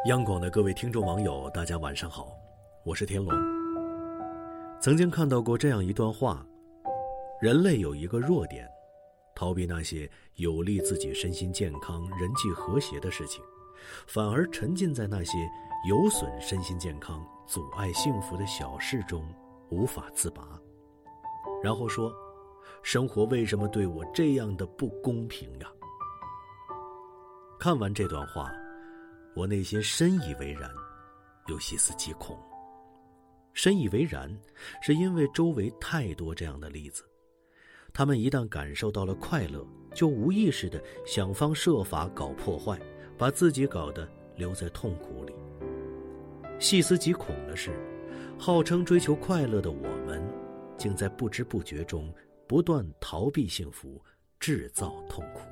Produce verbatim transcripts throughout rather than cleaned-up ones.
央广的各位听众网友，大家晚上好，我是天龙。曾经看到过这样一段话，人类有一个弱点，逃避那些有利自己身心健康、人际和谐的事情，反而沉浸在那些有损身心健康、阻碍幸福的小事中无法自拔，然后说，生活为什么对我这样的不公平呀？看完这段话，我内心深以为然，又细思极恐。深以为然，是因为周围太多这样的例子，他们一旦感受到了快乐，就无意识地想方设法搞破坏，把自己搞得留在痛苦里。细思极恐的是，号称追求快乐的我们，竟在不知不觉中不断逃避幸福，制造痛苦。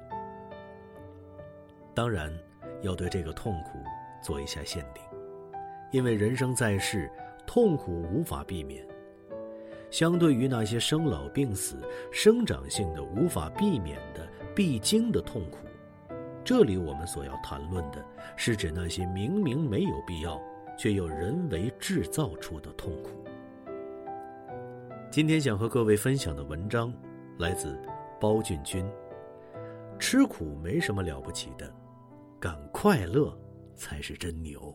当然要对这个痛苦做一下限定，因为人生在世，痛苦无法避免。相对于那些生老病死、生长性的无法避免的必经的痛苦，这里我们所要谈论的是指那些明明没有必要却又人为制造出的痛苦。今天想和各位分享的文章来自包俊君。吃苦没什么了不起的，敢快乐才是真牛。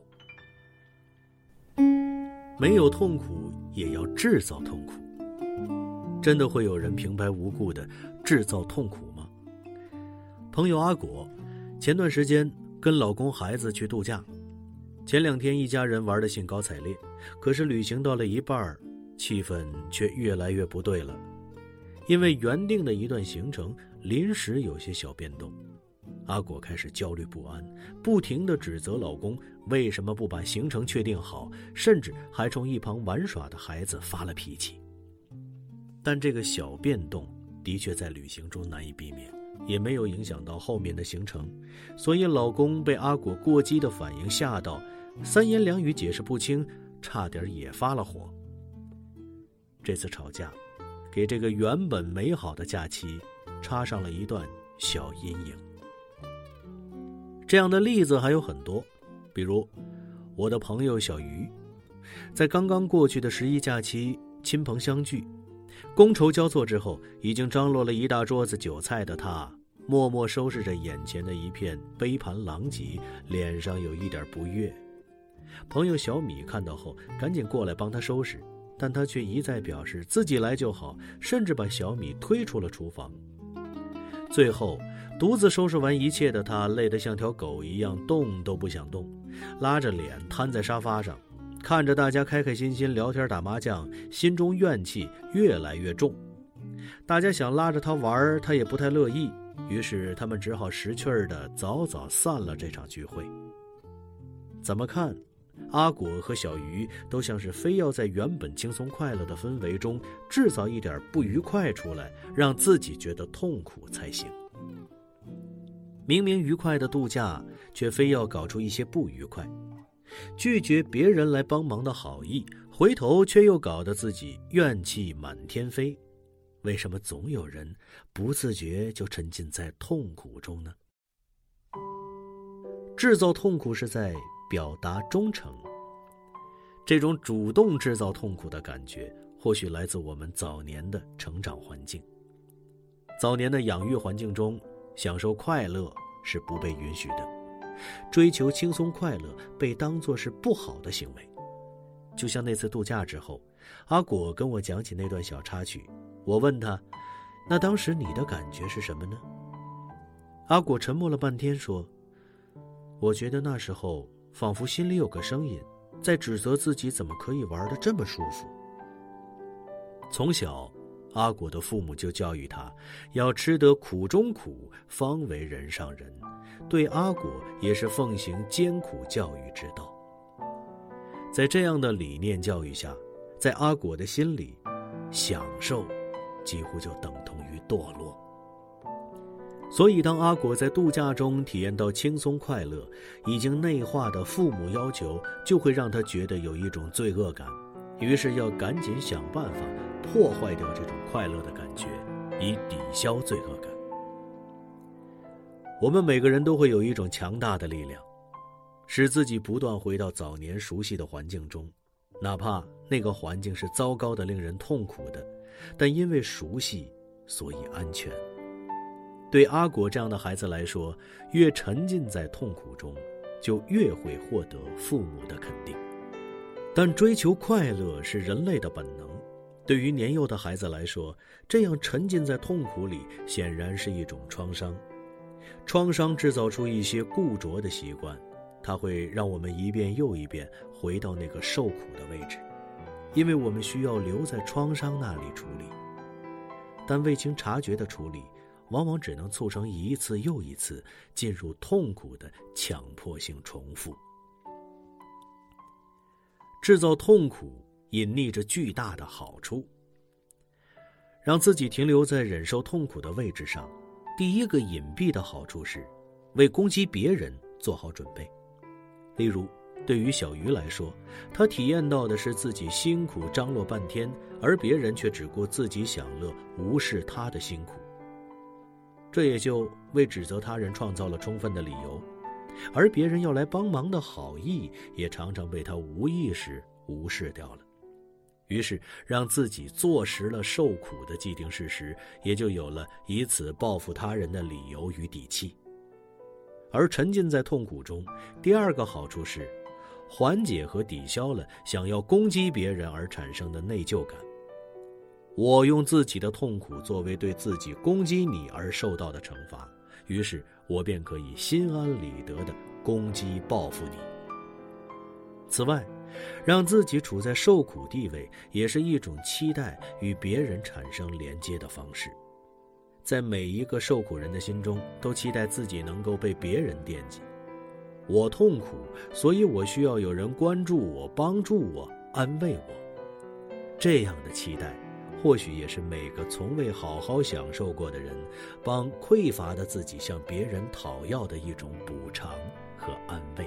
没有痛苦也要制造痛苦，真的会有人平白无故的制造痛苦吗？朋友阿果前段时间跟老公孩子去度假，前两天一家人玩得兴高采烈，可是旅行到了一半，气氛却越来越不对了。因为原定的一段行程临时有些小变动，阿果开始焦虑不安，不停地指责老公为什么不把行程确定好，甚至还冲一旁玩耍的孩子发了脾气。但这个小变动的确在旅行中难以避免，也没有影响到后面的行程，所以老公被阿果过激的反应吓到，三言两语解释不清，差点也发了火。这次吵架给这个原本美好的假期插上了一段小阴影。这样的例子还有很多，比如我的朋友小鱼，在刚刚过去的十一假期，亲朋相聚，觥筹交错之后，已经张罗了一大桌子酒菜的他，默默收拾着眼前的一片杯盘狼藉，脸上有一点不悦。朋友小米看到后赶紧过来帮他收拾，但他却一再表示自己来就好，甚至把小米推出了厨房。最后独自收拾完一切的他累得像条狗一样，动都不想动，拉着脸瘫在沙发上，看着大家开开心心聊天打麻将，心中怨气越来越重。大家想拉着他玩，他也不太乐意，于是他们只好识趣儿的早早散了这场聚会。怎么看，阿果和小鱼都像是非要在原本轻松快乐的氛围中制造一点不愉快出来，让自己觉得痛苦才行。明明愉快的度假，却非要搞出一些不愉快，拒绝别人来帮忙的好意，回头却又搞得自己怨气满天飞。为什么总有人不自觉就沉浸在痛苦中呢？制造痛苦是在表达忠诚。这种主动制造痛苦的感觉，或许来自我们早年的成长环境。早年的养育环境中，享受快乐是不被允许的，追求轻松快乐被当作是不好的行为。就像那次度假之后，阿果跟我讲起那段小插曲，我问他，那当时你的感觉是什么呢？阿果沉默了半天说，我觉得那时候仿佛心里有个声音在指责自己怎么可以玩得这么舒服。从小阿果的父母就教育他要吃得苦中苦，方为人上人，对阿果也是奉行艰苦教育之道。在这样的理念教育下，在阿果的心里，享受几乎就等同于堕落。所以当阿果在度假中体验到轻松快乐，已经内化的父母要求就会让他觉得有一种罪恶感，于是要赶紧想办法破坏掉这种快乐的感觉，以抵消罪恶感。我们每个人都会有一种强大的力量， 使自己不断回到早年熟悉的环境中，哪怕那个环境是糟糕的令人痛苦的，但因为熟悉所以安全。对阿果这样的孩子来说，越沉浸在痛苦中，就越会获得父母的肯定。但追求快乐是人类的本能，对于年幼的孩子来说，这样沉浸在痛苦里显然是一种创伤。创伤制造出一些固着的习惯，它会让我们一遍又一遍回到那个受苦的位置，因为我们需要留在创伤那里处理。但未经察觉的处理，往往只能促成一次又一次进入痛苦的强迫性重复。制造痛苦隐匿着巨大的好处。让自己停留在忍受痛苦的位置上，第一个隐蔽的好处是为攻击别人做好准备。例如，对于小鱼来说，他体验到的是自己辛苦张罗半天，而别人却只顾自己享乐，无视他的辛苦。这也就为指责他人创造了充分的理由，而别人要来帮忙的好意也常常被他无意识无视掉了。于是让自己坐实了受苦的既定事实，也就有了以此报复他人的理由与底气。而沉浸在痛苦中，第二个好处是缓解和抵消了想要攻击别人而产生的内疚感。我用自己的痛苦作为对自己攻击你而受到的惩罚，于是我便可以心安理得地攻击报复你。此外，让自己处在受苦地位也是一种期待与别人产生连接的方式。在每一个受苦人的心中，都期待自己能够被别人惦记。我痛苦，所以我需要有人关注我、帮助我、安慰我。这样的期待或许也是每个从未好好享受过的人帮匮乏的自己向别人讨要的一种补偿和安慰。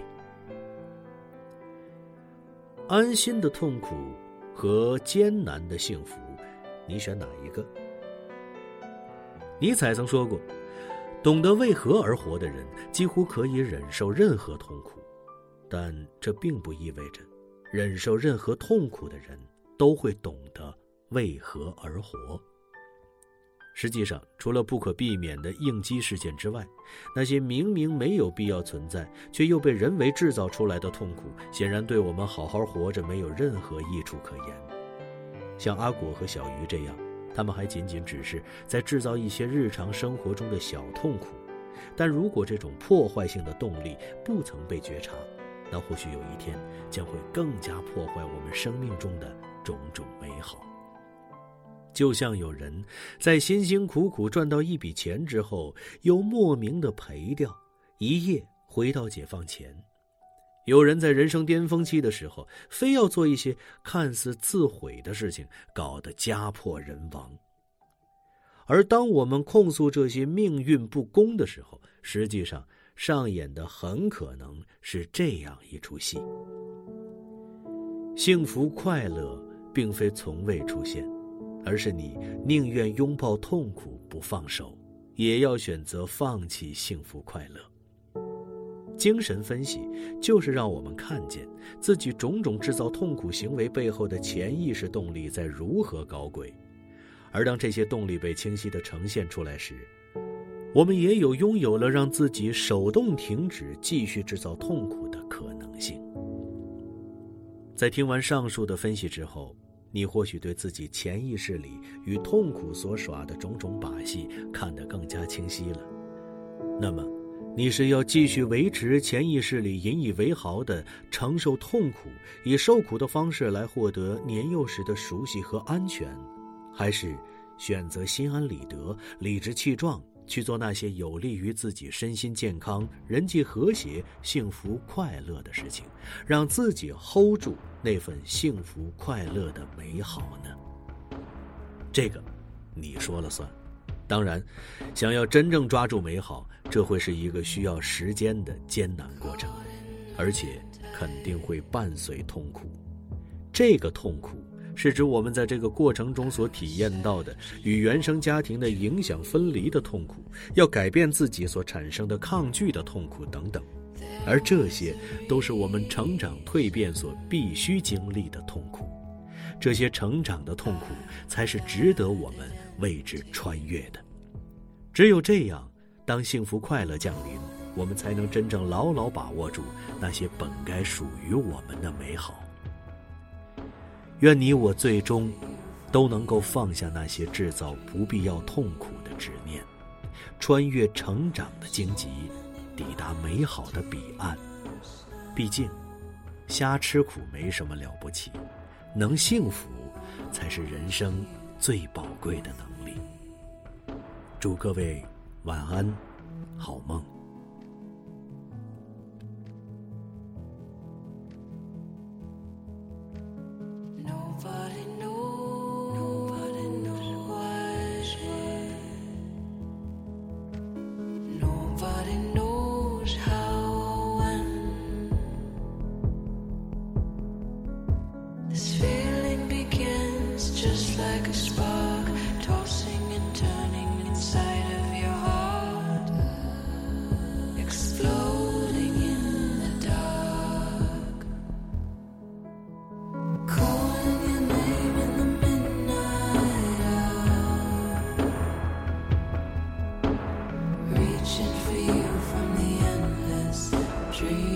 安心的痛苦和艰难的幸福，你选哪一个？尼采曾说过，懂得为何而活的人几乎可以忍受任何痛苦，但这并不意味着忍受任何痛苦的人都会懂得为何而活。实际上，除了不可避免的应激事件之外，那些明明没有必要存在却又被人为制造出来的痛苦，显然对我们好好活着没有任何益处可言。像阿果和小鱼这样，他们还仅仅只是在制造一些日常生活中的小痛苦，但如果这种破坏性的动力不曾被觉察，那或许有一天将会更加破坏我们生命中的种种美好。就像有人在辛辛苦苦赚到一笔钱之后，又莫名的赔掉，一夜回到解放前。有人在人生巅峰期的时候，非要做一些看似自毁的事情，搞得家破人亡。而当我们控诉这些命运不公的时候，实际上上演的很可能是这样一出戏。幸福快乐并非从未出现，而是你宁愿拥抱痛苦不放手，也要选择放弃幸福快乐。精神分析就是让我们看见自己种种制造痛苦行为背后的潜意识动力在如何搞鬼，而当这些动力被清晰地呈现出来时，我们也有拥有了让自己手动停止继续制造痛苦的可能性。在听完上述的分析之后，你或许对自己潜意识里与痛苦所耍的种种把戏看得更加清晰了。那么你是要继续维持潜意识里引以为豪的承受痛苦，以受苦的方式来获得年幼时的熟悉和安全，还是选择心安理得、理直气壮去做那些有利于自己身心健康、人际和谐、幸福快乐的事情，让自己 hold 住那份幸福快乐的美好呢？这个你说了算。当然，想要真正抓住美好，这会是一个需要时间的艰难过程，而且肯定会伴随痛苦。这个痛苦是指我们在这个过程中所体验到的与原生家庭的影响分离的痛苦，要改变自己所产生的抗拒的痛苦等等， 而这些都是我们成长蜕变所必须经历的痛苦。这些成长的痛苦才是值得我们为之穿越的。只有这样，当幸福快乐降临，我们才能真正牢牢把握住那些本该属于我们的美好。愿你我最终都能够放下那些制造不必要痛苦的执念，穿越成长的荆棘，抵达美好的彼岸。毕竟瞎吃苦没什么了不起，能幸福才是人生最宝贵的能力。祝各位晚安，好梦。 Just like a spark tossing and turning inside of your heart, exploding in the dark, calling your name in the midnight hour, reaching for you from the endless dream.